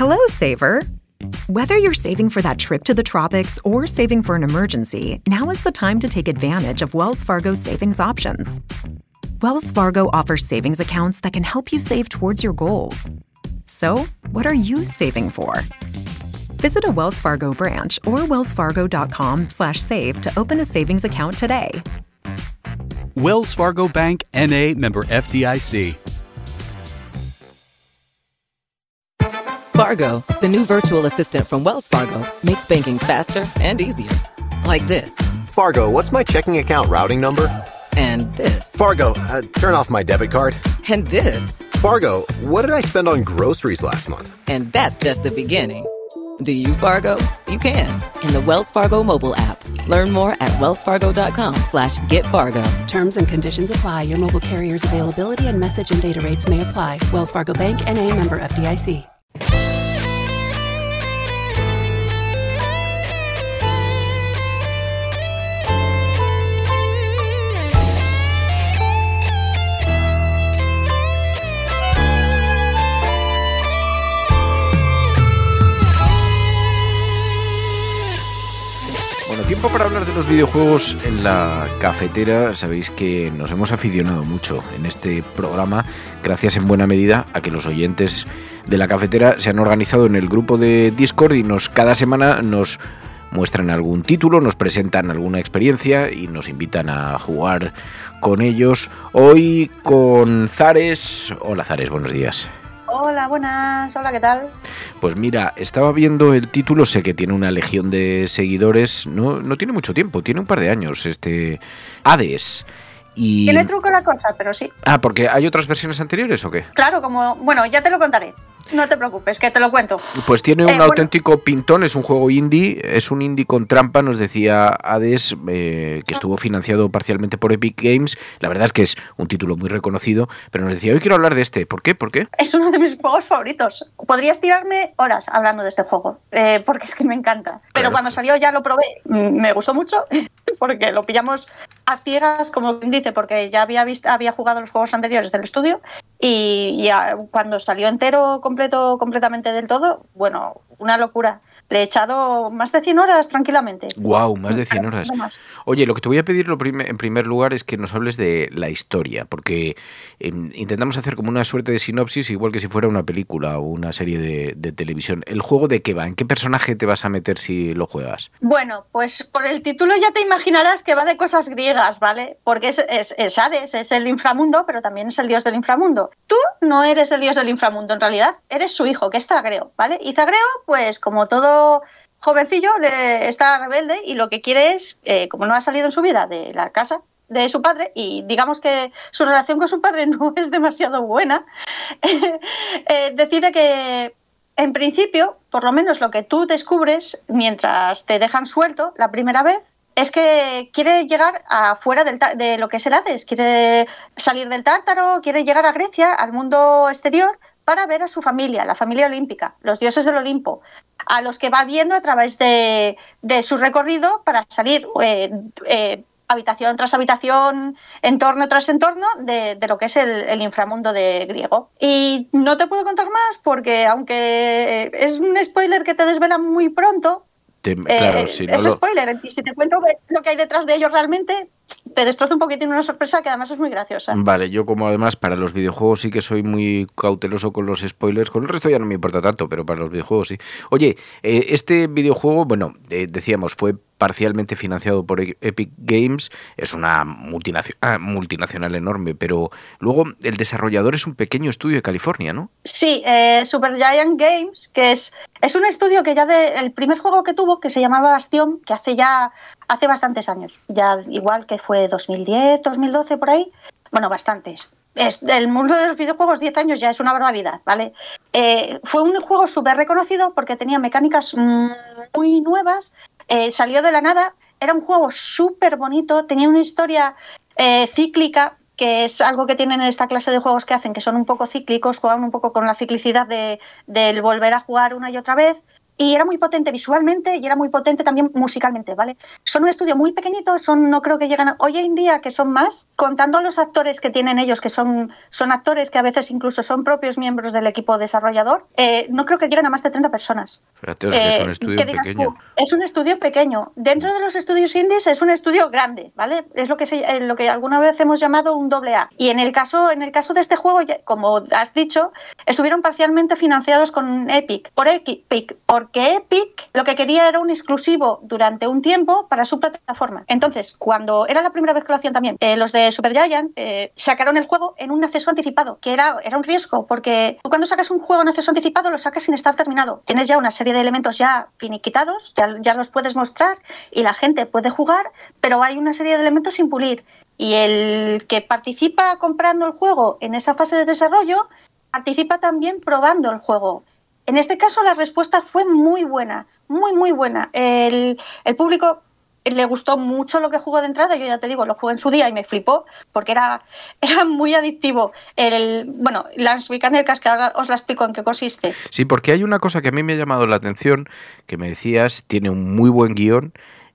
Hello, saver. Whether you're saving for that trip to the tropics or saving for an emergency, now is the time to take advantage of Wells Fargo's savings options. Wells Fargo offers savings accounts that can help you save towards your goals. So, what are you saving for? Visit a Wells Fargo branch or wellsfargo.com/save to open a savings account today. Wells Fargo Bank, N.A., member FDIC. Fargo, the new virtual assistant from Wells Fargo, makes banking faster and easier. Like this. Fargo, what's my checking account routing number? And this. Fargo, turn off my debit card. And this. Fargo, what did I spend on groceries last month? And that's just the beginning. Do you, Fargo? You can in the Wells Fargo mobile app. Learn more at wellsfargo.com/getfargo. Terms and conditions apply. Your mobile carrier's availability and message and data rates may apply. Wells Fargo Bank, N.A., member FDIC. Bueno, tiempo para hablar de los videojuegos en la cafetera. Sabéis que nos hemos aficionado mucho en este programa, gracias en buena medida a que los oyentes de la cafetera se han organizado en el grupo de Discord y cada semana nos muestran algún título, nos presentan alguna experiencia y nos invitan a jugar con ellos. Hoy con Zares. Hola Zares, buenos días. Hola, buenas. Hola, ¿qué tal? Pues mira, estaba viendo el título, sé que tiene una legión de seguidores, no tiene mucho tiempo, tiene un par de años, Hades. Y... Tiene truco la cosa, pero sí. Ah, ¿porque hay otras versiones anteriores o qué? Claro, bueno, ya te lo contaré. No te preocupes, que te lo cuento. Pues tiene un auténtico pintón, es un juego indie, es un indie con trampa, nos decía Hades, que estuvo financiado parcialmente por Epic Games. La verdad es que es un título muy reconocido, pero nos decía, hoy quiero hablar de este. ¿Por qué? Es uno de mis juegos favoritos. Podrías tirarme horas hablando de este juego, porque es que me encanta. Pero cuando salió ya lo probé, me gustó mucho, porque lo pillamos a ciegas, como quien dice, porque ya había jugado los juegos anteriores del estudio, y cuando salió entero, completamente del todo, bueno, una locura. Le he echado más de 100 horas tranquilamente. ¡Guau! Más de 100 horas. Oye, lo que te voy a pedir en primer lugar es que nos hables de la historia, porque intentamos hacer como una suerte de sinopsis, igual que si fuera una película o una serie de televisión. ¿El juego de qué va? ¿En qué personaje te vas a meter si lo juegas? Bueno, pues por el título ya te imaginarás que va de cosas griegas, ¿vale? Porque es Hades, es el inframundo, pero también es el dios del inframundo. Tú no eres el dios del inframundo, en realidad, eres su hijo, que es Zagreo, ¿vale? Y Zagreo, pues como todo jovencillo, está rebelde y lo que quiere es, como no ha salido en su vida de la casa de su padre, y digamos que su relación con su padre no es demasiado buena, decide que, en principio, por lo menos lo que tú descubres mientras te dejan suelto la primera vez, es que quiere llegar afuera de lo que es el Hades, quiere salir del Tártaro, quiere llegar a Grecia, al mundo exterior, para ver a su familia, la familia olímpica, los dioses del Olimpo, a los que va viendo a través de su recorrido para salir habitación tras habitación, entorno tras entorno de lo que es el inframundo de griego. Y no te puedo contar más porque, aunque es un spoiler que te desvela muy pronto, claro, si no es spoiler, y si te cuento lo que hay detrás de ellos realmente, te destroza un poquitín una sorpresa que además es muy graciosa. Vale, yo como además para los videojuegos sí que soy muy cauteloso con los spoilers, con el resto ya no me importa tanto, pero para los videojuegos sí. Oye, este videojuego, bueno, decíamos, fue parcialmente financiado por Epic Games, es una multinacional enorme, pero luego el desarrollador es un pequeño estudio de California, ¿no? Sí, Supergiant Games, que es un estudio que ya el primer juego que tuvo, que se llamaba Bastion, que hace bastantes años, ya igual que fue 2010, 2012, por ahí, bueno, bastantes. El mundo de los videojuegos, 10 años ya es una barbaridad, ¿vale? Fue un juego súper reconocido porque tenía mecánicas muy nuevas, salió de la nada, era un juego súper bonito, tenía una historia cíclica, que es algo que tienen en esta clase de juegos que hacen, que son un poco cíclicos, juegan un poco con la ciclicidad del volver a jugar una y otra vez. y era muy potente visualmente y era muy potente también musicalmente, ¿vale? Son un estudio muy pequeñito, no creo que llegan hoy en día, que son más, contando a los actores que tienen ellos, que son actores que a veces incluso son propios miembros del equipo desarrollador, no creo que lleguen a más de 30 personas. Fíjate, que es un estudio pequeño. Es un estudio pequeño. Dentro de los estudios indies es un estudio grande, ¿vale? Es lo que alguna vez hemos llamado un AA. Y en el caso de este juego, como has dicho, estuvieron parcialmente financiados con Epic, porque Epic lo que quería era un exclusivo durante un tiempo para su plataforma. Entonces, cuando era la primera vez que lo hacían también, los de Supergiant sacaron el juego en un acceso anticipado, que era un riesgo, porque tú cuando sacas un juego en acceso anticipado lo sacas sin estar terminado. Tienes ya una serie de elementos ya finiquitados, ya los puedes mostrar y la gente puede jugar, pero hay una serie de elementos sin pulir. Y el que participa comprando el juego en esa fase de desarrollo participa también probando el juego. En este caso la respuesta fue muy buena, muy buena. El público le gustó mucho lo que jugó de entrada. Yo ya te digo, lo jugué en su día y me flipó porque era muy adictivo. Lance Weekender, que ahora os la explico en qué consiste. Sí, porque hay una cosa que a mí me ha llamado la atención, que me decías, tiene un muy buen guión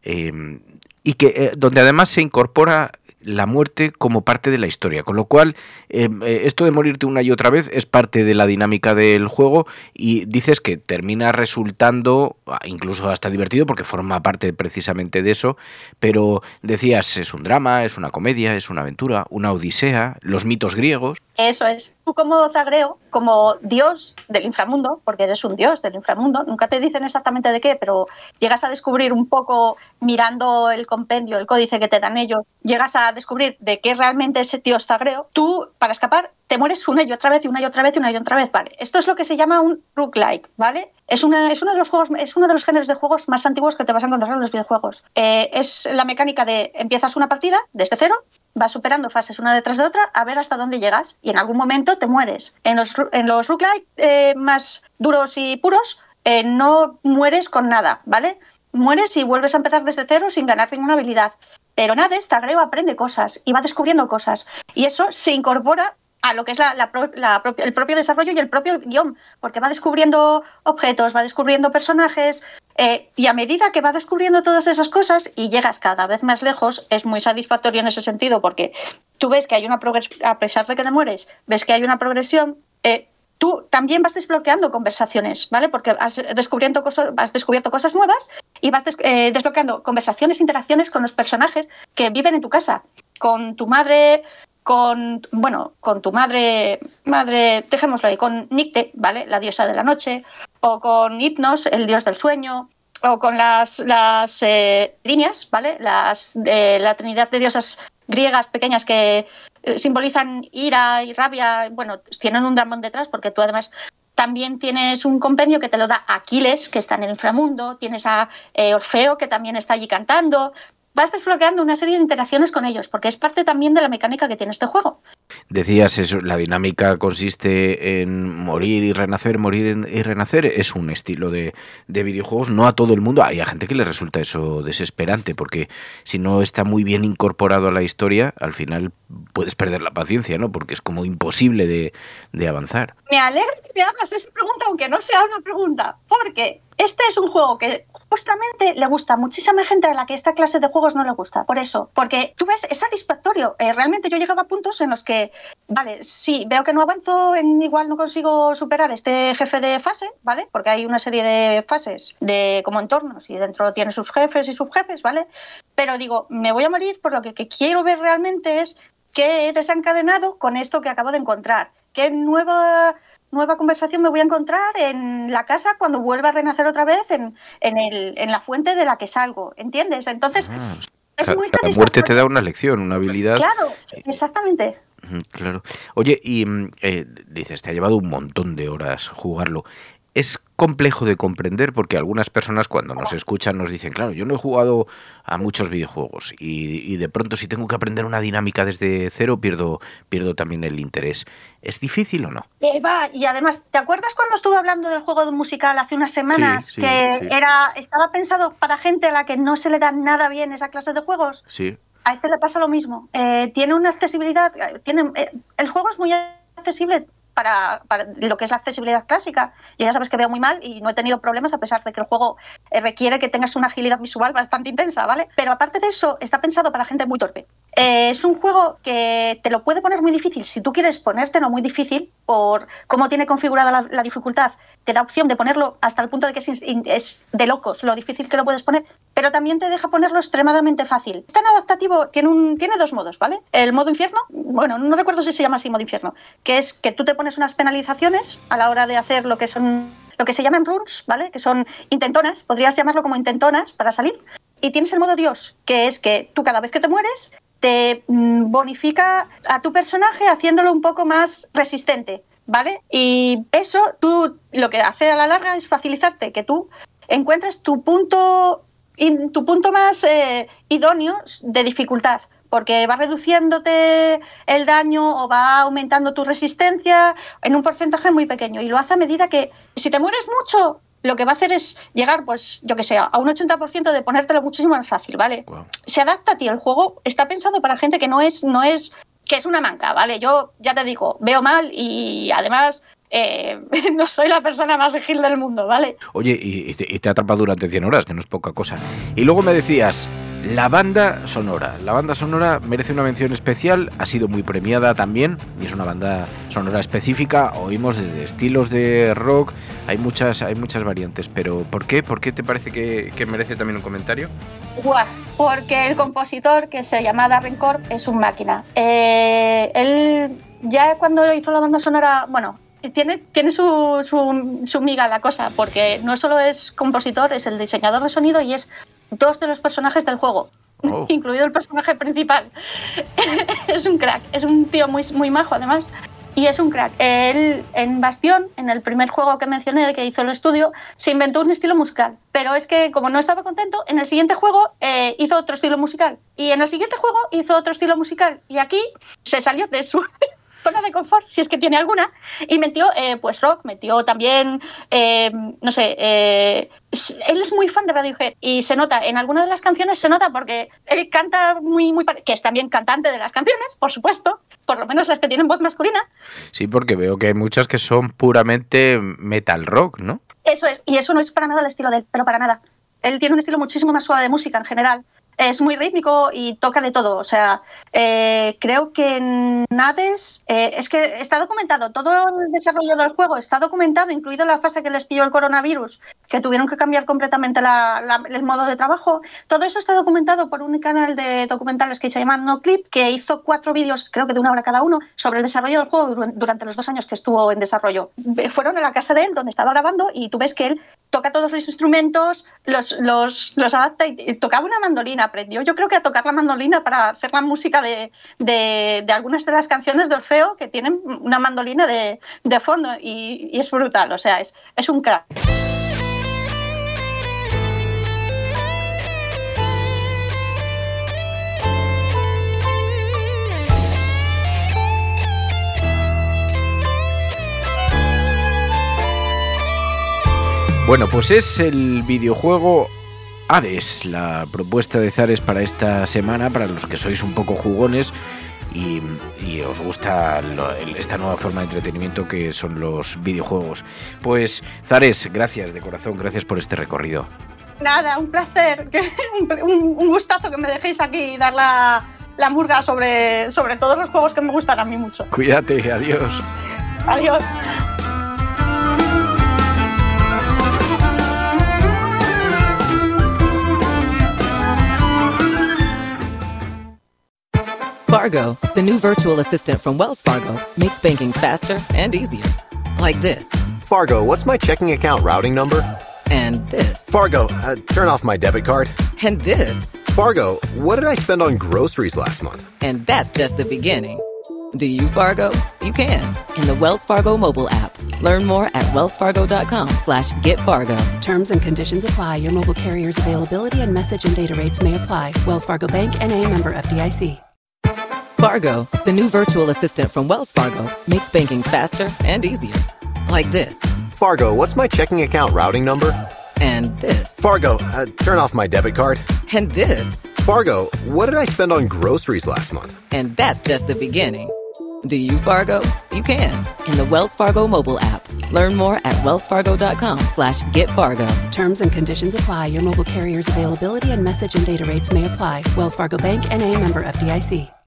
y que donde además se incorpora la muerte como parte de la historia, con lo cual esto de morirte una y otra vez es parte de la dinámica del juego y dices que termina resultando incluso hasta divertido porque forma parte precisamente de eso, pero decías, es un drama, es una comedia, es una aventura, una odisea, los mitos griegos. Eso es. Tú como Zagreo, como dios del inframundo, porque eres un dios del inframundo, nunca te dicen exactamente de qué, pero llegas a descubrir un poco mirando el compendio, el códice que te dan ellos, llegas a descubrir de qué realmente es ese dios Zagreo. Tú, para escapar, te mueres una y otra vez, y una y otra vez, y una y otra vez, ¿vale? Esto es lo que se llama un roguelike, ¿vale? Es uno de los géneros de juegos más antiguos que te vas a encontrar en los videojuegos. Es la mecánica de empiezas una partida desde cero, vas superando fases una detrás de otra a ver hasta dónde llegas y en algún momento te mueres. En los roguelike más duros y puros no mueres con nada, ¿vale? Mueres y vuelves a empezar desde cero sin ganar ninguna habilidad. Pero en Hades, Zagreo aprende cosas y va descubriendo cosas y eso se incorpora a lo que es el propio desarrollo y el propio guión, porque va descubriendo objetos, va descubriendo personajes, y a medida que va descubriendo todas esas cosas y llegas cada vez más lejos, es muy satisfactorio en ese sentido, porque tú ves que hay una progresión, a pesar de que te mueres, ves que hay una progresión, tú también vas desbloqueando conversaciones, ¿vale? Porque has descubierto cosas nuevas y vas desbloqueando conversaciones, interacciones con los personajes que viven en tu casa, con tu madre, con tu madre, dejémoslo ahí, con Nicte, ¿vale? La diosa de la noche, o con Hypnos, el dios del sueño, o con las líneas, ¿vale? La trinidad de diosas griegas pequeñas que simbolizan ira y rabia. Bueno, tienen un dragón detrás porque tú además también tienes un compendio que te lo da Aquiles, que está en el inframundo, tienes a Orfeo, que también está allí cantando. Vas desbloqueando una serie de interacciones con ellos, porque es parte también de la mecánica que tiene este juego. Decías eso, la dinámica consiste en morir y renacer, es un estilo de videojuegos, no a todo el mundo, hay gente que le resulta eso desesperante, porque si no está muy bien incorporado a la historia, al final puedes perder la paciencia, ¿no? Porque es como imposible de avanzar. Me alegra que me hagas esa pregunta, aunque no sea una pregunta, porque este es un juego que justamente le gusta a muchísima gente a la que esta clase de juegos no le gusta. Por eso, porque tú ves, es satisfactorio. Realmente yo llegaba a puntos en los que, vale, sí, veo que no avanzo, igual no consigo superar este jefe de fase, ¿vale? Porque hay una serie de fases de como entornos y dentro tiene sus jefes y subjefes, ¿vale? Pero digo, me voy a morir, por lo que quiero ver realmente es qué he desencadenado con esto que acabo de encontrar. ¿Qué nueva conversación me voy a encontrar en la casa cuando vuelva a renacer otra vez en la fuente de la que salgo? ¿Entiendes? Entonces, es muy satisfactorio. La muerte te da una lección, una habilidad. Claro, exactamente. Claro. Oye, y dices, te ha llevado un montón de horas jugarlo. Es complejo de comprender porque algunas personas cuando nos escuchan nos dicen, claro, yo no he jugado a muchos videojuegos y de pronto si tengo que aprender una dinámica desde cero pierdo también el interés. ¿Es difícil o no? Y además, ¿te acuerdas cuando estuve hablando del juego musical hace unas semanas? Sí. Estaba pensado para gente a la que no se le da nada bien esa clase de juegos. Sí. A este le pasa lo mismo. Tiene una accesibilidad, el juego es muy accesible para lo que es la accesibilidad clásica. Yo ya sabes que veo muy mal y no he tenido problemas a pesar de que el juego requiere que tengas una agilidad visual bastante intensa, ¿vale? Pero aparte de eso, está pensado para gente muy torpe. Es un juego que te lo puede poner muy difícil si tú quieres ponértelo muy difícil por cómo tiene configurada la dificultad. Te da opción de ponerlo hasta el punto de que es de locos lo difícil que lo puedes poner, pero también te deja ponerlo extremadamente fácil. Tan adaptativo, tiene dos modos, ¿vale? El modo infierno, bueno, no recuerdo si se llama así modo infierno, que es que tú te pones unas penalizaciones a la hora de hacer lo que se llaman runs, ¿vale? Que son intentonas, podrías llamarlo como intentonas para salir. Y tienes el modo Dios, que es que tú cada vez que te mueres te bonifica a tu personaje haciéndolo un poco más resistente, ¿vale? Y eso tú lo que hace a la larga es facilitarte que tú encuentres tu punto más idóneo de dificultad, porque va reduciéndote el daño o va aumentando tu resistencia en un porcentaje muy pequeño, y lo hace a medida que si te mueres mucho, lo que va a hacer es llegar, pues, yo que sé, a un 80% de ponértelo muchísimo más fácil, ¿vale? Wow. Se adapta a ti, el juego está pensado para gente que no es que es una manca, ¿vale? Yo ya te digo, veo mal y además no soy la persona más ágil del mundo, ¿vale? Oye, y te ha atrapado durante 100 horas, que no es poca cosa. Y luego me decías, la banda sonora merece una mención especial, ha sido muy premiada también, y es una banda sonora específica, oímos desde estilos de rock, hay muchas variantes, pero ¿por qué? ¿Por qué te parece que merece también un comentario? Porque el compositor, que se llama Darren Korb, es un máquina. Él ya cuando hizo la banda sonora, bueno, tiene su miga la cosa, porque no solo es compositor, es el diseñador de sonido y es dos de los personajes del juego, incluido el personaje principal. Es un crack, es un tío muy, muy majo además, y es un crack. Él en Bastión, en el primer juego que mencioné que hizo el estudio, se inventó un estilo musical, pero es que como no estaba contento, en el siguiente juego hizo otro estilo musical, y en el siguiente juego hizo otro estilo musical, y aquí se salió de su zona de confort, si es que tiene alguna, y metió pues rock, metió también no sé, él es muy fan de Radiohead y se nota, en alguna de las canciones se nota porque él canta muy, que es también cantante de las canciones, por supuesto, por lo menos las que tienen voz masculina. Sí, porque veo que hay muchas que son puramente metal rock, ¿no? Eso es, y eso no es para nada el estilo de él, pero para nada. Él tiene un estilo muchísimo más suave de música en general. Es muy rítmico y toca de todo. O sea, creo que en Hades es que está documentado, todo el desarrollo del juego está documentado, incluido la fase que les pilló el coronavirus, que tuvieron que cambiar completamente el modo de trabajo. Todo eso está documentado por un canal de documentales que se llama NoClip, que hizo 4 vídeos, creo que de 1 hora cada uno, sobre el desarrollo del juego durante los 2 años que estuvo en desarrollo. Fueron a la casa de él, donde estaba grabando, y tú ves que él toca todos los instrumentos, los adapta y tocaba una mandolina. Aprendió, yo creo que a tocar la mandolina para hacer la música de algunas de las canciones de Orfeo, que tienen una mandolina de fondo, y es brutal, o sea, es un crack. Bueno, pues es el videojuego Hades, la propuesta de Zares para esta semana, para los que sois un poco jugones y os gusta esta nueva forma de entretenimiento que son los videojuegos. Pues Zares, gracias de corazón, gracias por este recorrido. Nada, un placer, un gustazo que me dejéis aquí dar la murga sobre todos los juegos que me gustan a mí mucho. Cuídate, adiós. Adiós. Fargo, the new virtual assistant from Wells Fargo, makes banking faster and easier. Like this. Fargo, what's my checking account routing number? And this. Fargo, turn off my debit card. And this. Fargo, what did I spend on groceries last month? And that's just the beginning. Do you, Fargo? You can in the Wells Fargo mobile app. Learn more at wellsfargo.com/getfargo. Terms and conditions apply. Your mobile carrier's availability and message and data rates may apply. Wells Fargo Bank, N.A., member FDIC. Fargo, the new virtual assistant from Wells Fargo, makes banking faster and easier. Like this. Fargo, what's my checking account routing number? And this. Fargo, turn off my debit card. And this. Fargo, what did I spend on groceries last month? And that's just the beginning. Do you, Fargo? You can in the Wells Fargo mobile app. Learn more at wellsfargo.com/getfargo. Terms and conditions apply. Your mobile carrier's availability and message and data rates may apply. Wells Fargo Bank, N.A., member FDIC.